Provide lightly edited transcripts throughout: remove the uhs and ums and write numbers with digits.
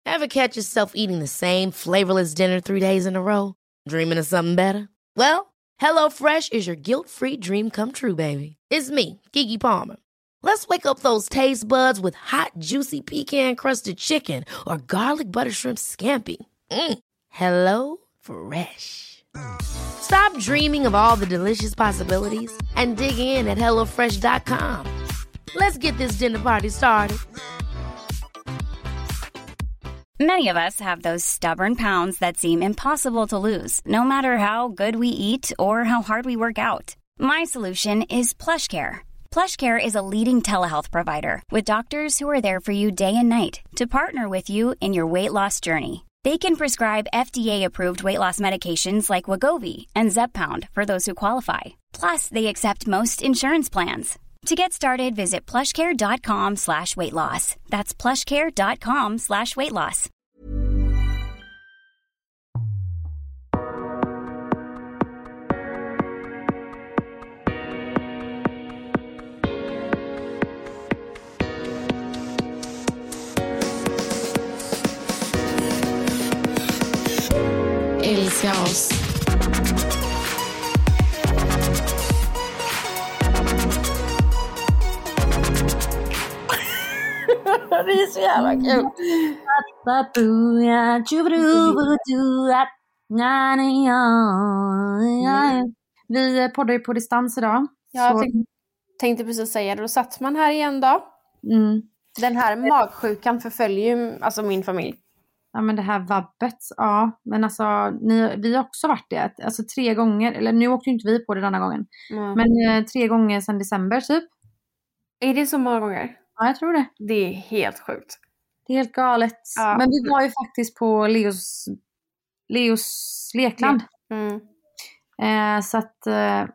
Ever catch yourself eating the same flavorless dinner 3 days in a row? Dreaming of something better? Well, HelloFresh is your guilt-free dream come true, baby. It's me, Keke Palmer. Let's wake up those taste buds with hot, juicy pecan-crusted chicken or garlic butter shrimp scampi. Hello Fresh. Stop dreaming of all the delicious possibilities and dig in at HelloFresh.com. Let's get this dinner party started. Many of us have those stubborn pounds that seem impossible to lose, no matter how good we eat or how hard we work out. My solution is PlushCare. PlushCare is a leading telehealth provider with doctors who are there for you day and night to partner with you in your weight loss journey. They can prescribe FDA-approved weight loss medications like Wegovy and Zepbound for those who qualify. Plus, they accept most insurance plans. To get started, visit plushcare.com/weightloss. That's plushcare.com/weightloss. Älska oss. Det är så jävla kul. Vi poddar ju på distans idag. Jag tänkte precis säga det. Då satt man här igen då. Den här magsjukan förföljer ju alltså min familj. Ja, men det här vabbet, ja. Men alltså, vi har också varit det. Alltså 3 gånger, eller nu åkte inte vi på det denna gången. Men 3 gånger sedan december typ. Är det så många gånger? Ja, jag tror det. Det är helt sjukt. Det är helt galet. Ja. Men vi var ju faktiskt på Leos lekland. Så att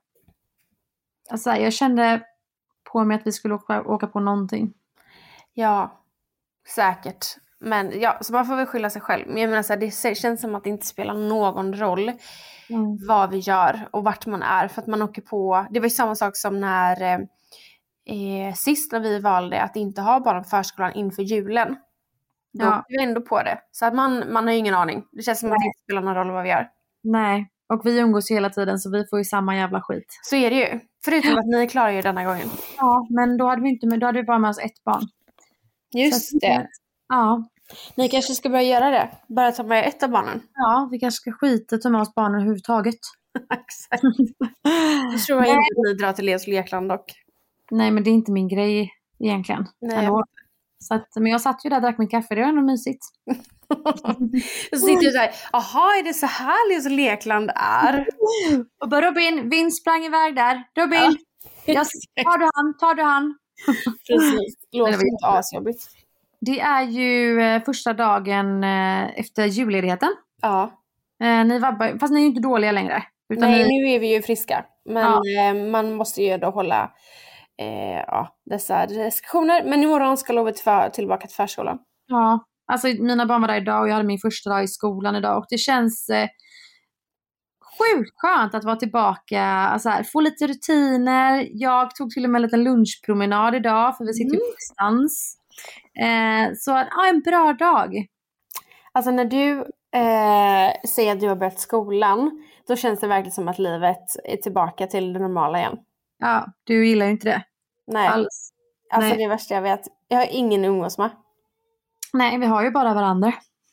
alltså, jag kände på mig att vi skulle åka på någonting. Ja, säkert. Men ja, så man får väl skylla sig själv. Men jag menar så här, det känns som att det inte spelar någon roll vad vi gör och vart man är. För att man åker på, det var ju samma sak som när sist när vi valde att inte ha bara förskolan inför julen. Då åkte vi ändå på det. Så att man har ju ingen aning. Det känns som att det inte spelar någon roll vad vi gör. Nej, och vi umgås hela tiden så vi får ju samma jävla skit. Så är det ju. Förutom att ni klarar ju denna gången. Ja, men då hade vi bara med oss 1 barn. Just det. Ja. Ni kanske ska börja göra det. Bara ta med 1 av barnen. Ja, vi kanske ska skita ta med oss barnen överhuvudtaget. Exakt. Jag tror inte att ni drar till Leos lekland dock. Nej, men det är inte min grej egentligen. Nej. Så att, men jag satt ju där och drack min kaffe. Det var ändå mysigt. Så sitter du där. Jaha, är det så här Leos lekland är? Och bara Robin, Vin sprang iväg där. Robin, tar du han? Precis. Låter inte asjobbigt. Det är ju första dagen efter julledigheten. Ja. Ni vabbar, fast ni är ju inte dåliga längre. Utan nu är vi ju friska. Men man måste ju då hålla dessa restriktioner. Men imorgon ska Love tillbaka till förskolan. Ja, alltså mina barn var där idag och jag hade min första dag i skolan idag. Och det känns sjukt skönt att vara tillbaka. Alltså här, få lite rutiner. Jag tog till och med en liten lunchpromenad idag för vi sitter ju på distans. Så en bra dag. Alltså när du säger att du har börjat skolan, då känns det verkligen som att livet är tillbaka till det normala igen. Ja, du gillar ju inte det. Nej. Alls. Alltså Nej. det värsta jag vet. Jag har ingen umgås med. Nej, vi har ju bara varandra.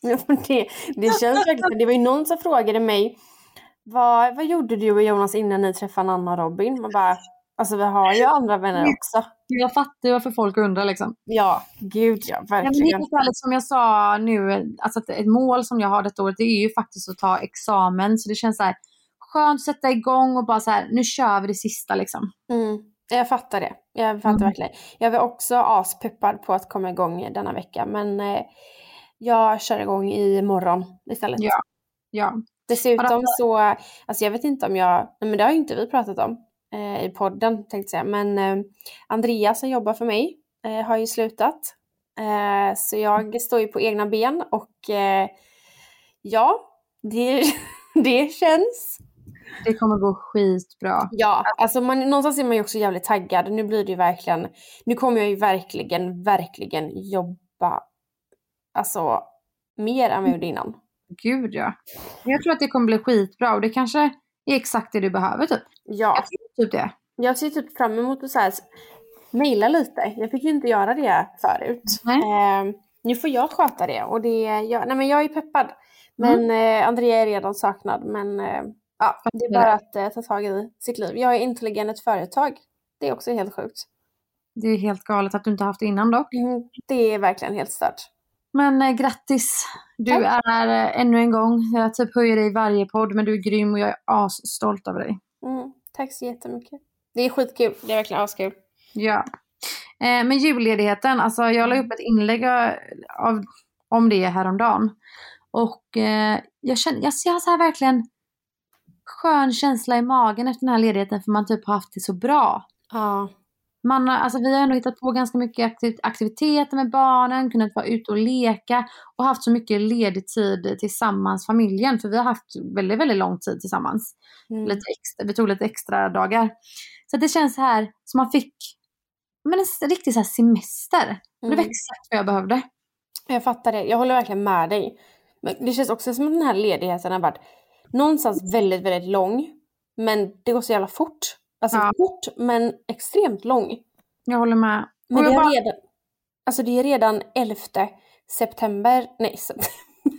det känns verkligen. Det var ju någon som frågade mig, vad gjorde du och Jonas innan ni träffade Anna och Robin? Man bara, alltså vi har ju andra vänner också. Jag fattar varför folk undrar liksom. Ja, gud ja, verkligen. Men det som jag sa nu, alltså ett mål som jag har detta året, det är ju faktiskt att ta examen. Så det känns så här skönt att sätta igång och bara så här, nu kör vi det sista liksom. Jag fattar det. Jag fattar verkligen. Jag var också aspeppad på att komma igång denna vecka. Men jag kör igång imorgon istället. Ja. Dessutom så, alltså jag vet inte om men det har ju inte vi pratat om i podden tänkte jag säga. Men Andreas som jobbar för mig har ju slutat. Så jag står ju på egna ben och det känns. Det kommer gå skitbra. Ja, alltså någonstans är man ju också jävligt taggad. Nu blir det ju verkligen, nu kommer jag ju verkligen jobba alltså mer än vad jag gjorde innan. Gud ja. Jag tror att det kommer bli skitbra och det kanske är exakt det du behöver typ. Ja. Jag tror typ det. Jag ser typ fram emot att så här, mejla lite. Jag fick ju inte göra det förut. Nu får jag sköta det. Och men jag är peppad. Men Andrea är redan saknad. Men det är bara att ta tag i sitt liv. Jag är intelligent ett företag. Det är också helt sjukt. Det är helt galet att du inte haft innan dock. Det är verkligen helt stört. Men grattis. Du är ännu en gång. Jag typ höjer dig i varje podd. Men du är grym och jag är asstolt över dig. Tack så jättemycket. Det är skitkul. Det är verkligen askul. Ja. Men julledigheten. Alltså jag la upp ett inlägg om det häromdagen. Och jag ser så här verkligen skön känsla i magen efter den här ledigheten. För man typ har haft det så bra. Ja. Vi har ändå hittat på ganska mycket aktiviteter med barnen, kunnat vara ute och leka och haft så mycket ledig tid tillsammans, familjen, för vi har haft väldigt, väldigt lång tid tillsammans. Vi tog lite extra dagar. Så det känns här som man fick en riktig så här semester. Det var exakt vad jag behövde. Jag fattar det, jag håller verkligen med dig. Men det känns också som att den här ledigheten har varit någonstans väldigt, väldigt lång, men det går så jävla fort. Alltså fort, men extremt lång. Jag håller med. Men det är redan 11 september. Nej, september.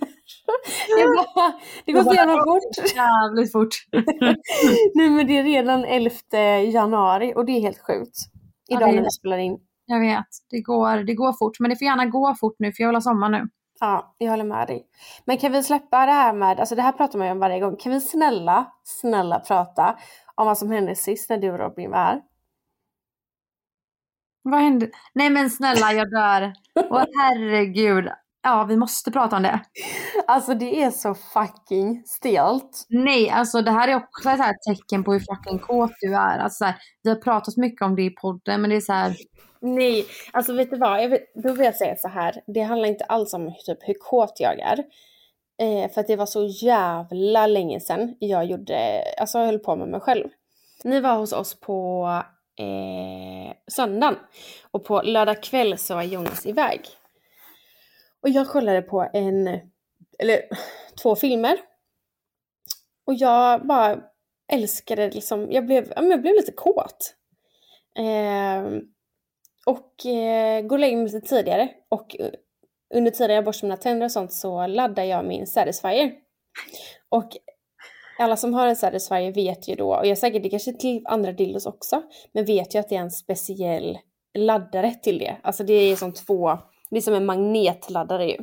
Det går så jävla fort. Jävligt fort. Nej, men det är redan 11 januari och det är helt sjukt. Idag när vi spelar in. Jag vet, det går fort. Men det får gärna gå fort nu för jag vill ha sommar nu. Ja, jag håller med dig. Men kan vi släppa det här med, alltså det här pratar man ju om varje gång. Kan vi snälla prata om vad som hände sist när du och Robin var här? Vad hände? Nej men snälla, jag dör. Åh herregud. Ja, vi måste prata om det. Alltså det är så fucking stelt. Nej, alltså det här är också ett här tecken på hur fucking kåt du är. Alltså så här, vi har pratat mycket om det i podden, men det är så här... Nej, alltså vet du vad? Då vill jag säga så här. Det handlar inte alls om typ hur kåt jag är. För att det var så jävla länge sedan jag höll på med mig själv. Ni var hos oss på söndagen. Och på lördag kväll så var Jonas iväg. Och jag kollade på 2 filmer. Och jag bara älskade liksom. Jag blev lite kåt. Och går och lägger mig lite tidigare. Och under tiden jag borstar mina tänder och sånt så laddar jag min Satisfyer. Och alla som har en Satisfyer vet ju då, och jag säkert det kanske till andra dildos också, men vet ju att det är en speciell laddare till det. Alltså det är som det är som en magnetladdare ju.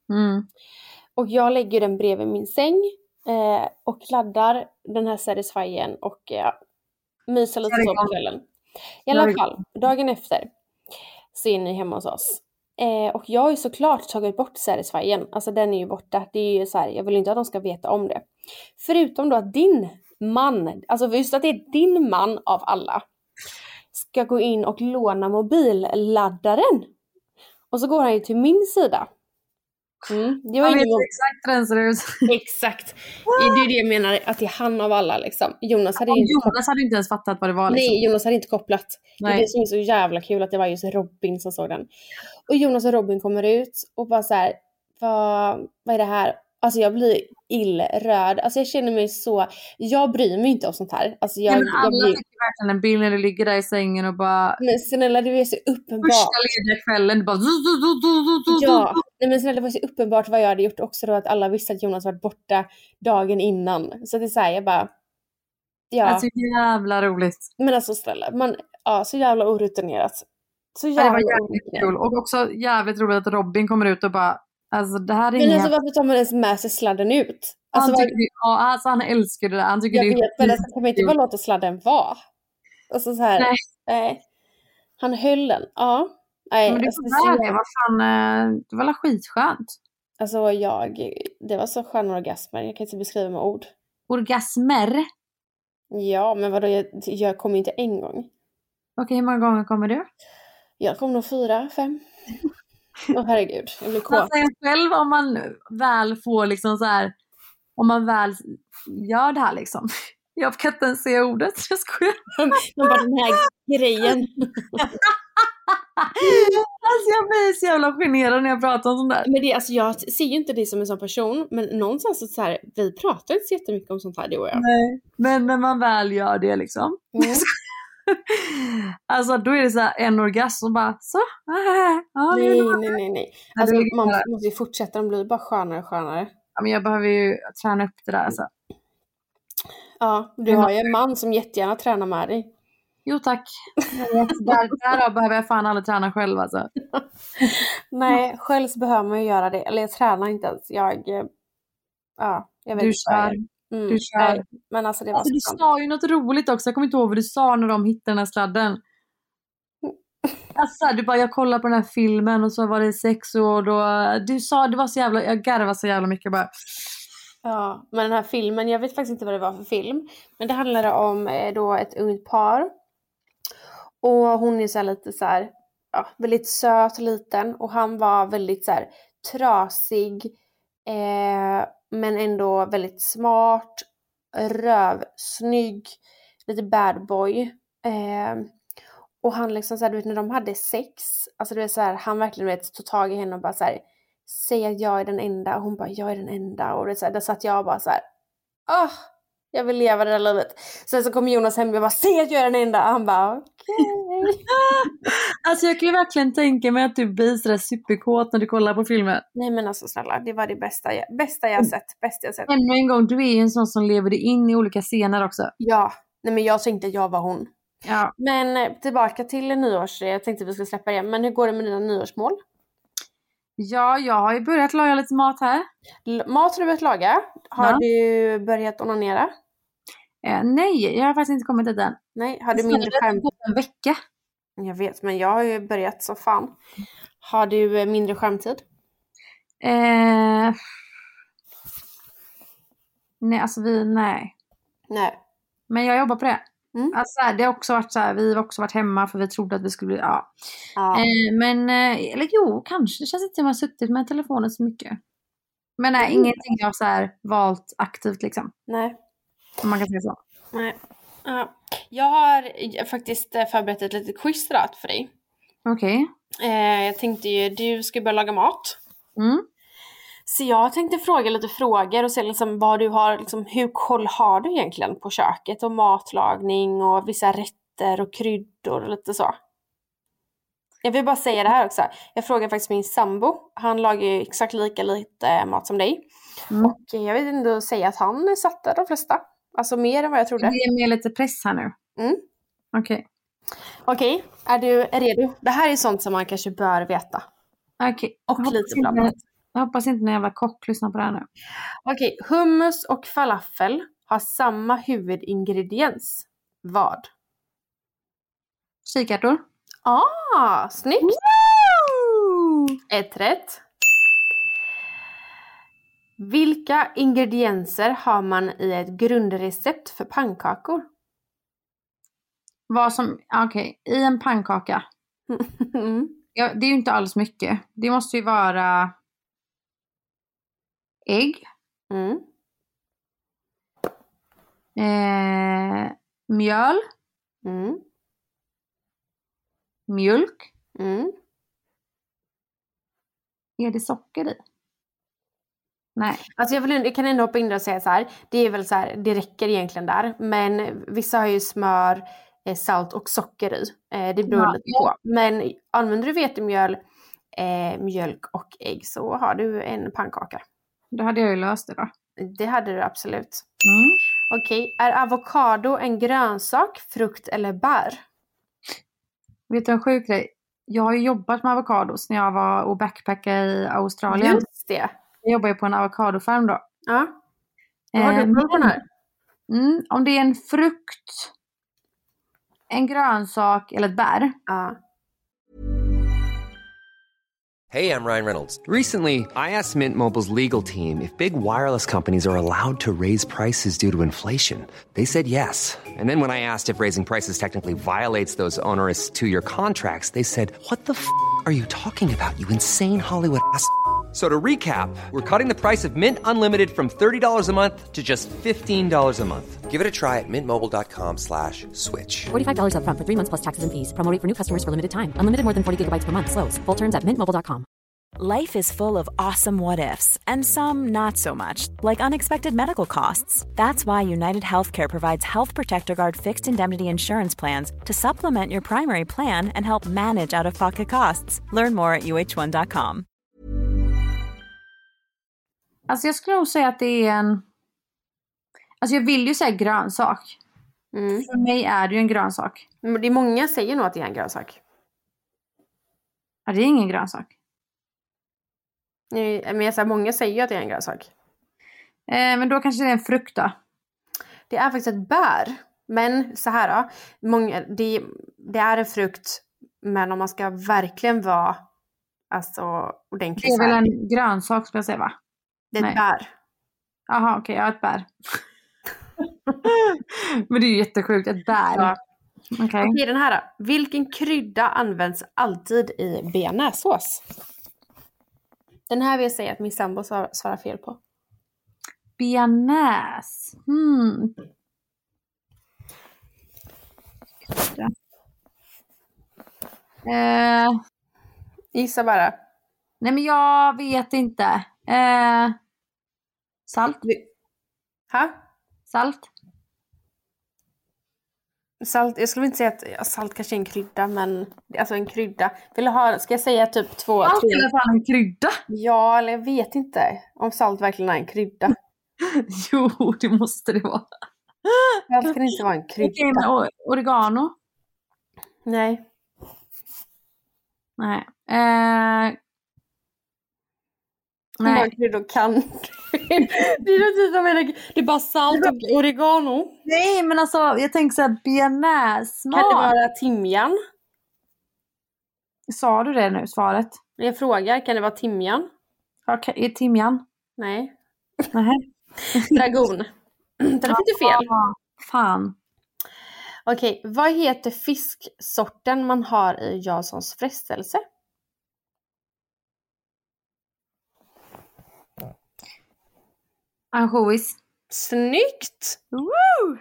Och jag lägger den bredvid min säng och laddar den här Satisfyern och myser lite så på kvällen. I alla fall, dagen efter så är ni hemma hos oss. Och jag har ju såklart tagit bort Satisfyern. Alltså den är ju borta. Det är ju så här, jag vill inte att de ska veta om det. Förutom då att din man, alltså just att det är din man av alla, ska gå in och låna mobilladdaren. Och så går han ju till min sida. Det var exakt den ser ut. Exakt. Det är det jag menar, att det är han av alla liksom. Jonas hade inte ens fattat vad det var liksom. Nej, Jonas hade inte kopplat. Nej. Det är som är så jävla kul att det var just Robin som såg den. Och Jonas och Robin kommer ut och bara så här, vad är det här? Alltså jag blir illröd. Alltså jag känner mig så, jag bryr mig inte om sånt här. Alltså alla tycker verkligen en bild när du ligger där i sängen och bara... Men snälla, det är så uppenbart. Första lediga kvällen, bara... Ja, nej men snälla, det var så uppenbart vad jag hade gjort också då, att alla visste att Jonas var borta dagen innan. Så det är så här, jag bara... Ja. Alltså jävla roligt. Men alltså snälla, så jävla orutinerat. Så jävla det var jävligt kul. Och också jävligt roligt att Robin kommer ut och bara... Alltså det här är men alltså varför tar man ens med sig sladden ut? Alltså, han älskar det där. Han tycker jag vet, men alltså, kan man inte bara låta sladden vara? Alltså så här, nej. Han höll den, ja. Nej, men alltså, det var fan, det var skitskönt. Alltså det var så sköna orgasmer, jag kan inte beskriva med ord. Orgasmer? Ja, men vadå, jag kommer inte en gång. Okej, hur många gånger kommer du? Jag kommer nog 4, 5. Åh herregud, jag blir kåt. Man säger själv om man väl får liksom så här, om man väl gör det här liksom. Jag kan inte ens säga ordet, jag skojar. Men bara den här grejen. Alltså jag blir så jävla generad när jag pratar om sånt där. Men det, alltså jag ser ju inte dig som en sån person, men någonstans så här, vi pratar inte så jättemycket om sånt här, du och jag. Nej, men när man väl gör det liksom. Alltså då är det så här en orgasm och bara så. Nej. Alltså man måste ju fortsätta, de blir bara skönare och skönare. Ja, men jag behöver ju träna upp det där alltså. Ja, du har ju en man som jättegärna tränar med dig. Jo tack. Där behöver jag fan aldrig träna själv alltså. Nej, själv så behöver man ju göra det. Eller jag tränar inte ens. Jag vet du inte. Du kör. Men alltså det var du sa ju något roligt också. Jag kommer inte ihåg vad du sa när de hittade den här sladden. Alltså du bara, jag kollar på den här filmen och så var det sex och då du sa, det var så jävla, jag garvade så jävla mycket bara. Ja, men den här filmen, jag vet faktiskt inte vad det var för film, men det handlade om då ett ungt par och hon är så här lite så här, ja, väldigt söt och liten och han var väldigt så här trasig men ändå väldigt smart, rövsnygg, lite bad boy. Och han liksom så här, du vet när de hade sex, alltså det är så här, han verkligen tog tag i henne och bara så här, säg att jag är den enda, och hon bara, jag är den enda, och det så här, där satt jag bara så här, jag vill leva det där livet. Sen så kom Jonas hem och jag bara, säg att jag är den enda, och han bara, okej. Alltså jag kan ju verkligen tänka mig att du blir sådär superkåt när du kollar på filmen. Nej men alltså snälla, det var det bästa jag har sett. Ännu en gång, du är ju en sån som lever dig in i olika scener också. Ja, nej men jag tänkte att jag var hon. Ja. Men tillbaka till nyårs, jag tänkte att vi skulle släppa det, men hur går det med dina nyårsmål? Ja, jag har ju börjat laga lite mat här. Mat har du börjat laga? Har du börjat onanera? Nej, jag har faktiskt inte kommit dit än. Nej, har du mindre skärmtid? En vecka. Jag vet, men jag har ju börjat så fan. Har du mindre skärmtid? Nej, alltså nej. Nej. Men jag jobbar på det. Alltså, det har också varit så här, vi har också varit hemma för vi trodde att vi skulle bli, men, eller jo, kanske, det känns inte som att jag har suttit med telefonen så mycket. Men nej, ingenting jag har så här valt aktivt liksom. Nej. Om man kan säga så. Nej. Jag har faktiskt förberett ett litet quiz för dig. Okej. Jag tänkte ju, du ska börja laga mat. Så jag tänkte fråga lite frågor och se liksom vad du har, liksom, hur koll har du egentligen på köket och matlagning och vissa rätter och kryddor och lite så. Jag vill bara säga det här också. Jag frågar faktiskt min sambo. Han lagar ju exakt lika lite mat som dig. Och jag vill ändå säga att han satte de flesta. Alltså mer än vad jag trodde. Det är med lite press här nu. Okej, är du redo? Det här är sånt som man kanske bör veta. Okej. Och lite blandat. Jag hoppas inte när jävla kock lyssnar på det här nu. Okej, hummus och falafel har samma huvudingrediens. Vad? Kikärtor. Snyggt! Ett rätt. Vilka ingredienser har man i ett grundrecept för pannkakor? I en pannkaka. Ja, det är ju inte alls mycket. Det måste ju vara ägg. Mjöl. Mjölk. Är det socker i? Nej. Alltså jag kan ändå hoppa in och säga så här. Det är väl så här, det räcker egentligen där. Men vissa har ju smör, salt och socker i. Det beror lite på. Men använder du vetemjöl, mjölk och ägg så har du en pannkaka. Då hade jag ju löst det då. Det hade du absolut. Okej, är avokado en grönsak, frukt eller bär? Vet du en sjuk grej? Jag har ju jobbat med avokados när jag var och backpackade i Australien. Just det. Jag jobbar ju på en avokadofarm då. Ja. Vad har du på den här? Om det är en frukt, en grönsak eller ett bär. Ja. Hey, I'm Ryan Reynolds. Recently, I asked Mint Mobile's legal team if big wireless companies are allowed to raise prices due to inflation. They said yes. And then when I asked if raising prices technically violates those onerous 2-year contracts, they said, "What the f*** are you talking about, you insane Hollywood ass?" So to recap, we're cutting the price of Mint Unlimited from $30 a month to just $15 a month. Give it a try at mintmobile.com/switch. $45 up front for 3 months plus taxes and fees. Promo rate for new customers for limited time. Unlimited more than 40 gigabytes per month. Slows full terms at mintmobile.com. Life is full of awesome what-ifs, and some not so much, like unexpected medical costs. That's why United Healthcare provides Health Protector Guard fixed indemnity insurance plans to supplement your primary plan and help manage out-of-pocket costs. Learn more at uh1.com. Alltså jag skulle nog säga att det är en... Alltså jag vill ju säga grönsak. För mig är det ju en grönsak. Men det är många säger nog att det är en grönsak. Ja, det är ingen grönsak. Nej, men jag säger, många säger ju att det är en grönsak. Men då kanske det är en frukt då. Det är faktiskt ett bär. Men så här då. Det är en frukt. Men om man ska verkligen vara alltså ordentligt. Det är väl en grönsak ska jag säga, va? Det är ett bär. Jaha, okej, ja, ett bär. Men det är ju jättesjukt, ett bär. Ja. Okej, Den här då. Vilken krydda används alltid i bearnaisesås? Den här vill jag säga att min sambo svarar fel på. bearnaise. Gissa bara. Nej, men jag vet inte. Salt? Salt? Salt, jag skulle inte säga att salt kanske är en krydda, men alltså en krydda. Ska jag säga typ 2, 3? Salt är i alla fall en krydda. Ja, eller jag vet inte om salt verkligen är en krydda. Jo, det måste det vara. Salt kan inte vara en krydda. Okej, men oregano? Nej. Nej. Nej. Kryddor kan. Det är bara salt och oregano. Nej, men alltså jag tänker så här bearnaise. Kan det vara timjan? Sa du det nu, svaret? Jag frågar, kan det vara timjan? Okej, är timjan? Nej. Nej. Dragon. Den fick du fel. Fan. Okej, vad heter fisksorten man har i Jasons frestelse? Ansjovis. Snyggt! Woo!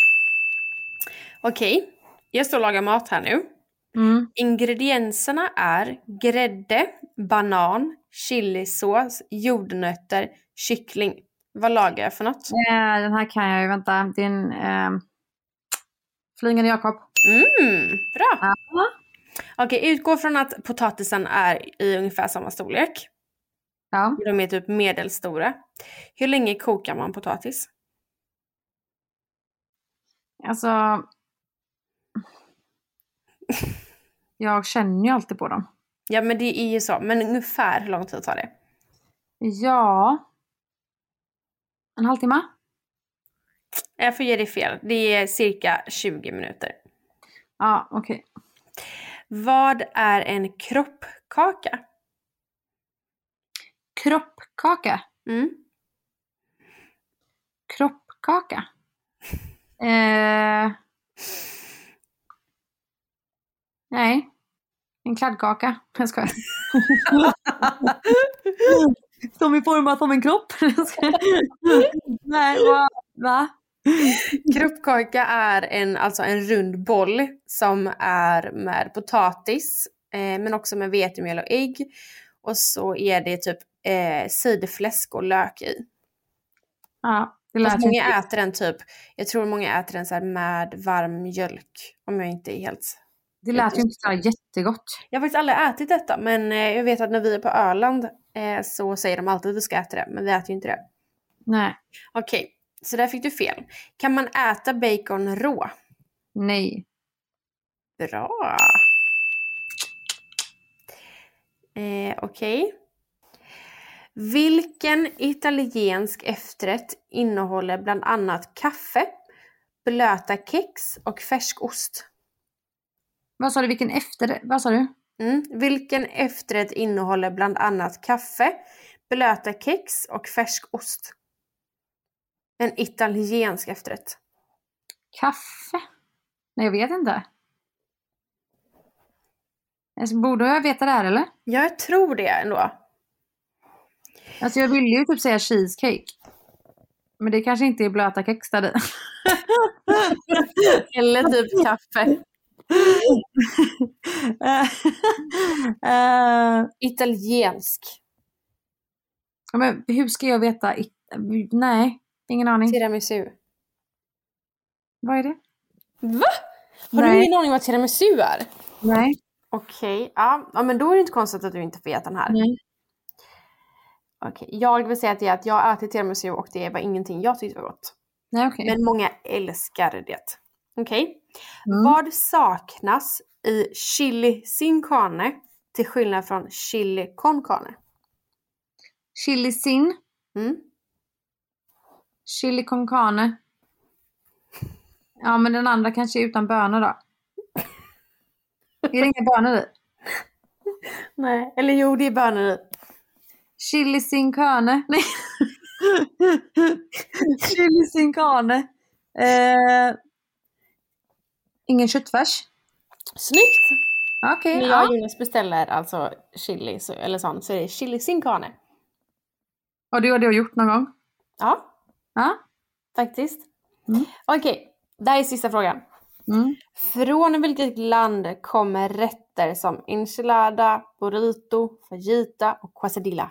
Okej, jag står och lagar mat här nu. Ingredienserna är grädde, banan, chilisås, jordnötter, kyckling. Vad lagar jag för något? Den här kan jag ju, vänta. Det är en flygande Jakob. Bra! Okej, utgå från att potatisen är i ungefär samma storlek. Ja. De är typ medelstora. Hur länge kokar man potatis? Alltså... Jag känner ju alltid på dem. Ja, men det är ju så. Men ungefär hur lång tid tar det? Ja. En halvtimme? Jag får ge dig fel. Det är cirka 20 minuter. Ja, okej. Vad är en kroppkaka? Kroppkaka? Kroppkaka? Nej. En kladdkaka. Jag skojar. Som är format som en kropp. Nej, va? Kroppkaka är alltså en rund boll som är med potatis, men också med vetemjöl och ägg. Och så är det typ sidfläsk och lök i. Ja, det lät många äter den typ, jag tror många äter den så här med varm mjölk, om jag inte är helt... Det lät ju inte så jättegott. Jag har faktiskt aldrig ätit detta, men jag vet att när vi är på Öland så säger de alltid att vi ska äta det, men vi äter ju inte det. Nej. Okej, så där fick du fel. Kan man äta bacon rå? Nej. Bra. Okej. Vilken italiensk efterrätt innehåller bland annat kaffe, blöta kex och färskost? Vad sa du? Vilken efterrätt? Vad sa du? Vilken efterrätt innehåller bland annat kaffe, blöta kex och färskost? En italiensk efterrätt. Kaffe? Nej, jag vet inte. Borde jag veta det här, eller? Jag tror det ändå. Alltså jag vill ju typ säga cheesecake. Men det kanske inte är blöta kex där i. Eller typ kaffe. Italiensk. Men hur ska jag veta? Nej, ingen aning. Tiramisu. Vad är det? Va? Har du ingen aning vad tiramisu är? Nej. Okej, ja men då är det inte konstigt att du inte vet den här. Nej. Okej, jag vill säga att jag ätit tiramisu och det var ingenting jag tyckte var gott. Nej, okej. Men många älskar det. Okej. Vad saknas i chili sin carne till skillnad från chili con carne? Chili sin. Chili con carne. Ja, men den andra kanske är utan bönor då. Är det inga bönor i? Nej, eller jo, det är bönor i. Chili sin carne. Nej. Chili sin carne. Ingen köttfärs. Snyggt! Okej. När jag och Jonas beställer alltså chili eller sånt så är det chili sin carne. Och det har du gjort någon gång? Ja. Ja. Faktiskt. Okej, där är sista frågan. Från vilket land kommer rätter som enchilada, burrito, fajita och quesadilla?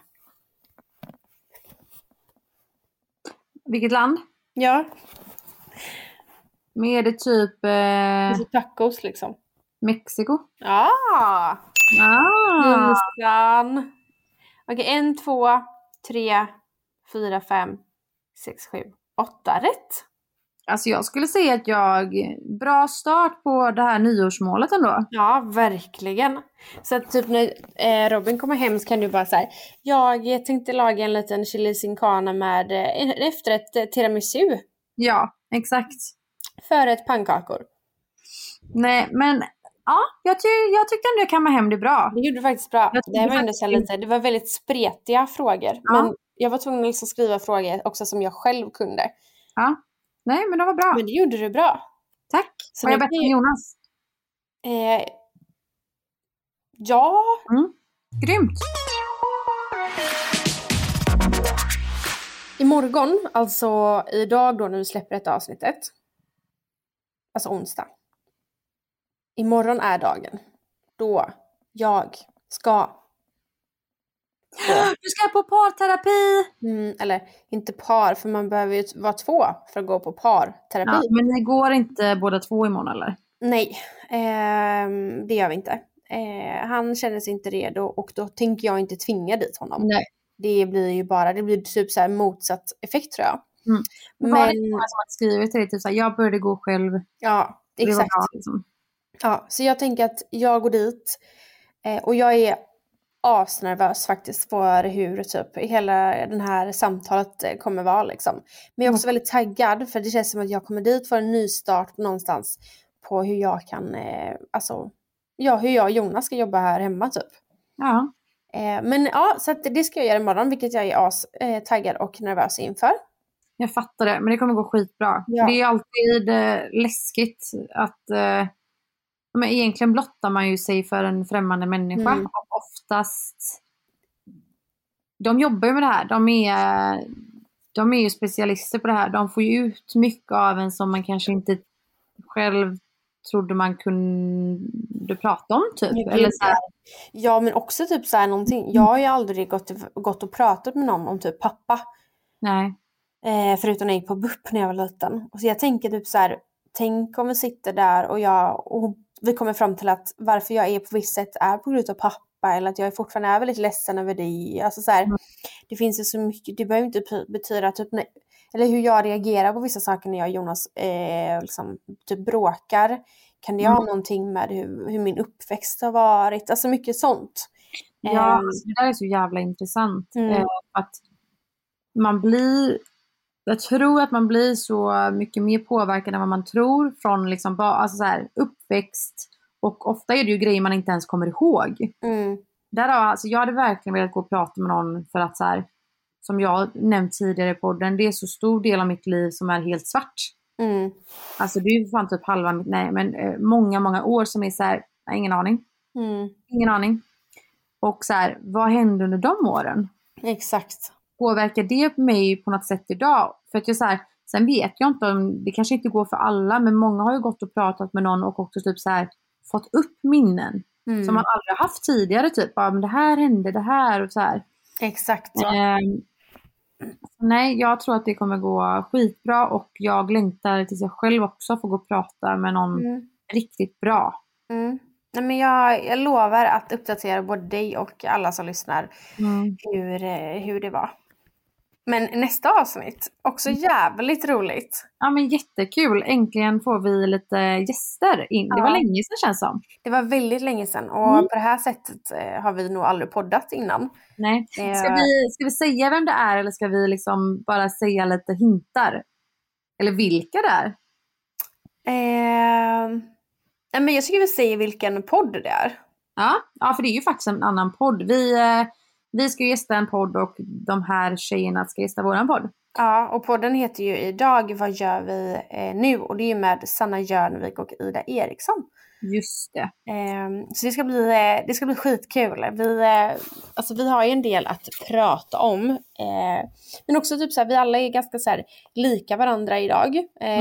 Vilket land? Ja. Men är det typ Tacos liksom. Mexiko? Ja. Jonsson. Okej, 1, 2, 3, 4, 5, 6, 7, 8 rätt. Alltså jag skulle säga att bra start på det här nyårsmålet ändå. Ja, verkligen. Så att typ när Robin kommer hem så kan du bara säga: jag tänkte laga en liten chili sin carne med efterrätt tiramisu. Ja, exakt. Förrätt pannkakor. Nej, men ja, jag tyckte ändå jag kammade hem det bra. Det gjorde du faktiskt bra. Det var väldigt spretiga frågor. Ja. Men jag var tvungen att liksom skriva frågor också som jag själv kunde. Ja. Nej, men det var bra. Men det gjorde du bra. Tack. Var jag bättre än Jonas? Ja. Grymt. Imorgon, alltså idag då när vi släpper detta avsnittet. Alltså onsdag. Imorgon är dagen då jag ska... Du ska på parterapi! Eller inte par, för man behöver ju vara 2 för att gå på parterapi. Ja, men det går inte båda 2 imorgon eller? Nej, det gör vi inte. Han känner sig inte redo och då tänker jag inte tvinga dit honom. Nej. Det blir typ så här motsatt effekt tror jag. Men var det många som har skrivit till dig typ så här, jag började gå själv. Ja, exakt. Bra, liksom. Ja, så jag tänker att jag går dit och jag är asnervös faktiskt för hur typ hela den här samtalet kommer vara liksom. Men jag är också väldigt taggad för det känns som att jag kommer dit för en ny start någonstans på hur jag kan, hur jag och Jonas ska jobba här hemma typ. Ja. Men ja, så att det ska jag göra imorgon, vilket jag är taggad och nervös inför. Jag fattar det, men det kommer gå skitbra. Ja. Det är alltid läskigt att men egentligen blottar man ju sig för en främmande människa. Och oftast de jobbar ju med det här. De är ju specialister på det här. De får ju ut mycket av en som man kanske inte själv trodde man kunde prata om typ. Eller så här. Ja, men också typ så här någonting. Jag har ju aldrig gått och pratat med någon om typ pappa. Nej. Förutom när jag gick på BUP när jag var liten. Och så jag tänker typ så här, tänk om vi sitter där och vi kommer fram till att varför jag är på visst sätt är på grund av pappa, eller att jag fortfarande är väldigt ledsen över det. Alltså så här, det finns ju så mycket, det behöver inte betyda typ, eller hur jag reagerar på vissa saker när jag och Jonas liksom, typ bråkar. Kan det ha någonting med hur min uppväxt har varit? Alltså mycket sånt. Ja, alltså, det där är så jävla intressant. Att jag tror att man blir så mycket mer påverkad än vad man tror från liksom, alltså så här, uppväxt. Och ofta är det ju grejer man inte ens kommer ihåg. Alltså, jag hade verkligen velat gå och prata med någon för att så här, som jag nämnt tidigare i podden, det är så stor del av mitt liv som är helt svart. Alltså det är ju fan typ halva mitt, många år som är så här, ingen aning. Ingen aning. Och så här, vad hände under de åren? Exakt. Påverkar det mig på något sätt idag? För att jag så här, sen vet jag inte om, det kanske inte går för alla, men många har ju gått och pratat med någon och också typ så här fått upp minnen som man aldrig haft tidigare, typ, ja, men det här hände, det här och så här. Exakt. Nej, jag tror att det kommer gå skitbra och jag längtar tills jag själv också får gå och prata med någon riktigt bra. Nej, men jag lovar att uppdatera både dig och alla som lyssnar hur det var. Men nästa avsnitt, också jävligt roligt. Ja, men jättekul. Äntligen får vi lite gäster in. Det var länge sedan, känns som. Det var väldigt länge sedan. Och på det här sättet har vi nog aldrig poddat innan. Nej. Ska vi säga vem det är, eller ska vi liksom bara säga lite hintar? Eller vilka det är? Nej, men jag tycker vi säger vilken podd det är. Ja, för det är ju faktiskt en annan podd. Vi ska gästa en podd och de här tjejerna ska gästa våran podd. Ja, och podden heter ju Idag, vad gör vi nu? Och det är ju med Sanna Jörnvik och Ida Eriksson. Just det. Så det ska bli skitkul. Vi har ju en del att prata om. Men också typ så här, vi alla är ganska så här lika varandra idag.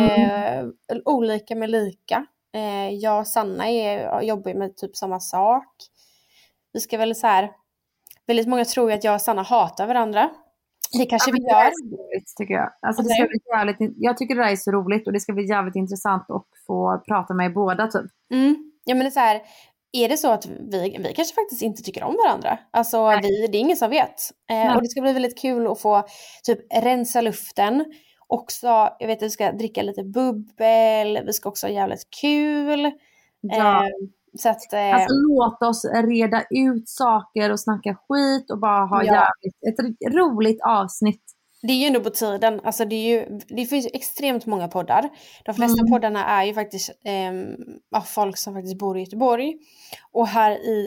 Olika med lika. Jag och Sanna jobbar med typ samma sak. Vi ska väl så här, väldigt många tror ju att jag och Sanna hatar varandra. Det kanske vi gör. Det är roligt, tycker jag. Alltså, det ska bli jävligt, jag tycker det där är så roligt och det ska bli jävligt intressant att få prata med båda typ. Ja, men det är så här, är det så att vi kanske faktiskt inte tycker om varandra? Alltså det är ingen som vet. Och det ska bli väldigt kul att få typ rensa luften. Också, jag vet att vi ska dricka lite bubbel. Vi ska också ha jävligt kul. Ja. Så att, alltså låt oss reda ut saker och snacka skit och bara ha ett roligt avsnitt. Det är ju ändå på tiden. Alltså det finns ju extremt många poddar. De flesta poddarna är ju faktiskt av folk som faktiskt bor i Göteborg. Och här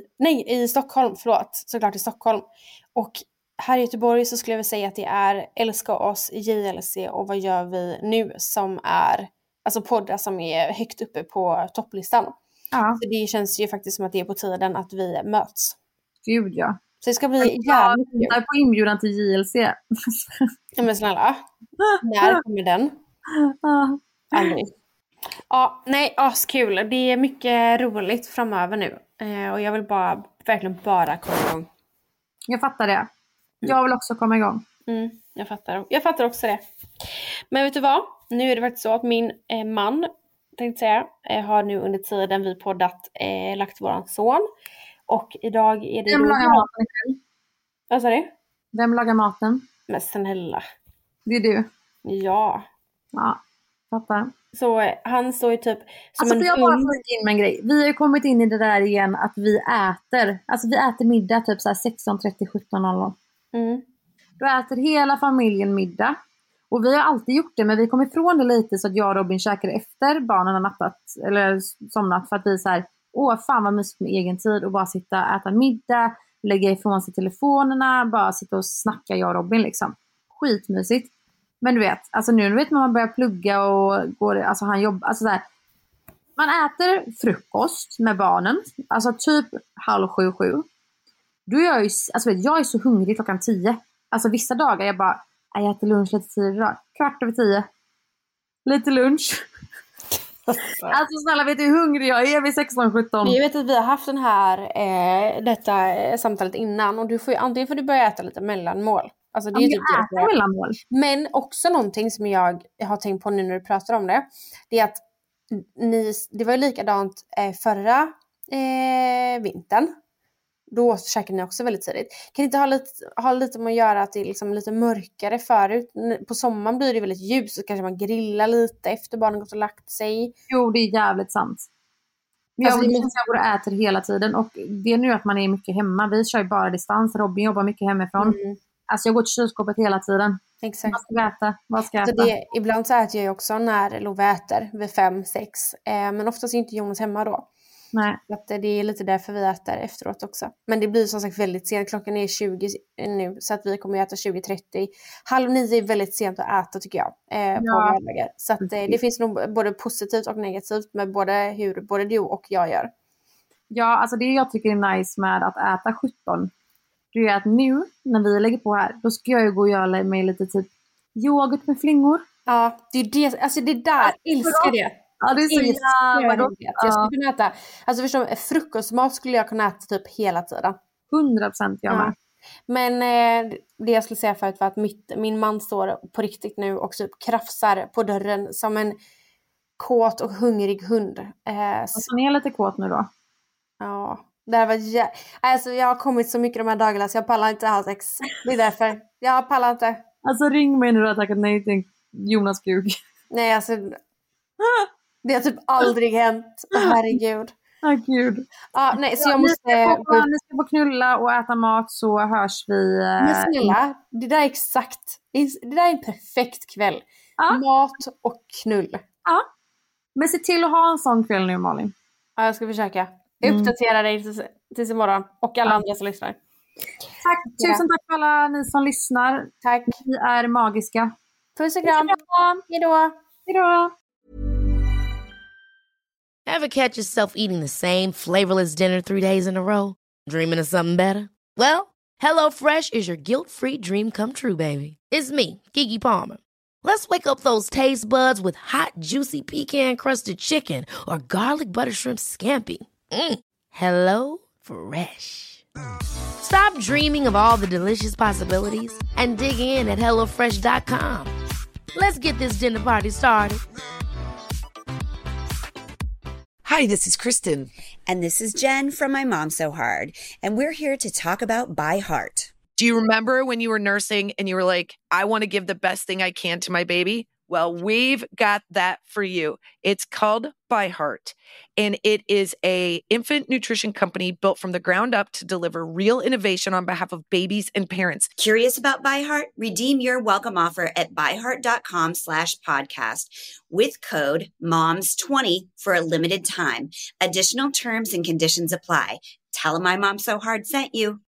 i Stockholm, såklart i Stockholm. Och här i Göteborg så skulle jag vilja säga att det är Älska oss, JLC och Vad gör vi nu, som är alltså poddar som är högt uppe på topplistan. Ja. Så det känns ju faktiskt som att det är på tiden att vi möts. Gud, ja. Så det ska bli jävligt kul. Jag är på inbjudan till JLC. Ja, men snälla. När kommer den? Aldrig. Ja, nej, askul. Det är mycket roligt framöver nu. Och jag vill verkligen bara komma igång. Jag fattar det. Jag vill också komma igång. Jag fattar också det. Men vet du vad? Nu är det faktiskt så att min man, tänkte säga, har nu under tiden vi poddat lagt våran son. Och idag är det... Vem lagar maten ikväll? Vad sa du? Vem lagar maten? Men snälla. Det är du? Ja. Ja, fattar. Så han står ju typ som alltså, en jag bara flika in med en grej. Vi har kommit in i det där igen att vi äter. Alltså vi äter middag typ så här 16:30, 17:00. Då äter hela familjen middag. Och vi har alltid gjort det, men vi kom ifrån det lite så att jag och Robin käkade efter barnen har nattat eller somnat, för att vi så här, fan vad mysigt med egen tid och bara sitta och äta middag, lägga ifrån sig telefonerna, bara sitta och snacka, jag och Robin liksom. Skitmysigt. Men du vet, alltså nu vet man börjar plugga och går, alltså han jobbar, alltså så här, man äter frukost med barnen, alltså typ 6:30, 7. Då är jag ju, alltså jag är så hungrig 10:00. Alltså vissa dagar jag bara, jag äter lunch lite tidigare. 10:15. Lite lunch. Alltså snälla, vet du hur hungrig jag är vid 16-17? Jag vet att vi har haft detta samtalet innan. Och antingen får du börja äta lite mellanmål. Alltså det är typ mellanmål. Men också någonting som jag har tänkt på nu när du pratar om det. Det är att det var ju likadant förra vintern. Då käkade ni också väldigt tidigt. Kan inte ha lite med att göra att det är liksom lite mörkare förut? På sommaren blir det väldigt ljus, så kanske man grillar lite efter barnen gått och lagt sig. Jo, det är jävligt sant. Jag går och äter hela tiden. Och det är nu att man är mycket hemma. Vi kör ju bara distans. Robin jobbar mycket hemifrån. Alltså jag går till kylskåpet hela tiden. Exakt. Vad ska jag äta? Ibland så äter jag också när Love äter vid 5-6. Men oftast är inte Jonas hemma då. Nej. Att det är lite därför vi äter efteråt också. Men det blir som sagt väldigt sent. Klockan är 20 nu. Så att vi kommer att äta 20:30. 8:30 är väldigt sent att äta, tycker jag. På vardagar. Så att det finns nog både positivt och negativt med hur både du och jag gör. Ja, alltså det jag tycker är nice med att äta 17. det är att nu när vi lägger på här, då ska jag ju gå och göra mig lite typ yoghurt med flingor. Ja, det är det, alltså det där, älskar det. Ja, det är så jävla gott. Jag skulle kunna äta, alltså förstå, frukostmat skulle jag kunna äta typ hela tiden. 100% jag med. Men det jag skulle säga förut var att min man står på riktigt nu och typ krafsar på dörren som en kåt och hungrig hund. Så han är lite kåt nu då? Ja, det här var alltså jag har kommit så mycket de här dagarna så jag pallar inte ha sex. Det är därför. Jag pallar inte. Alltså ring mig när du har tackat nej till Jonas kuk. Nej, alltså det har typ aldrig hänt. Herregud. Gud. Ja, nej, så jag måste... Ni ska få knulla och äta mat så hörs vi. Men snälla, det där är exakt. Det där är en perfekt kväll. Mat och knull. Ja. Men se till att ha en sån kväll nu, Malin. Ja, jag ska försöka. Uppdatera dig tills imorgon. Och alla andra som lyssnar. Tack. Tusen tack för alla ni som lyssnar. Tack. Ni är magiska. Puss och kram. Hejdå. Hejdå. Ever catch yourself eating the same flavorless dinner 3 days in a row? Dreaming of something better? Well, HelloFresh is your guilt-free dream come true, baby. It's me, Keke Palmer. Let's wake up those taste buds with hot, juicy pecan-crusted chicken or garlic butter shrimp scampi. Hello Fresh. Stop dreaming of all the delicious possibilities and dig in at HelloFresh.com. Let's get this dinner party started. Hi, this is Kristen. And this is Jen from My Mom So Hard. And we're here to talk about By Heart. Do you remember when you were nursing and you were like, I want to give the best thing I can to my baby? Well, we've got that for you. It's called By Heart, and it is a infant nutrition company built from the ground up to deliver real innovation on behalf of babies and parents. Curious about By Heart? Redeem your welcome offer at byheart.com/podcast with code MOMS20 for a limited time. Additional terms and conditions apply. Tell them My Mom So Hard sent you.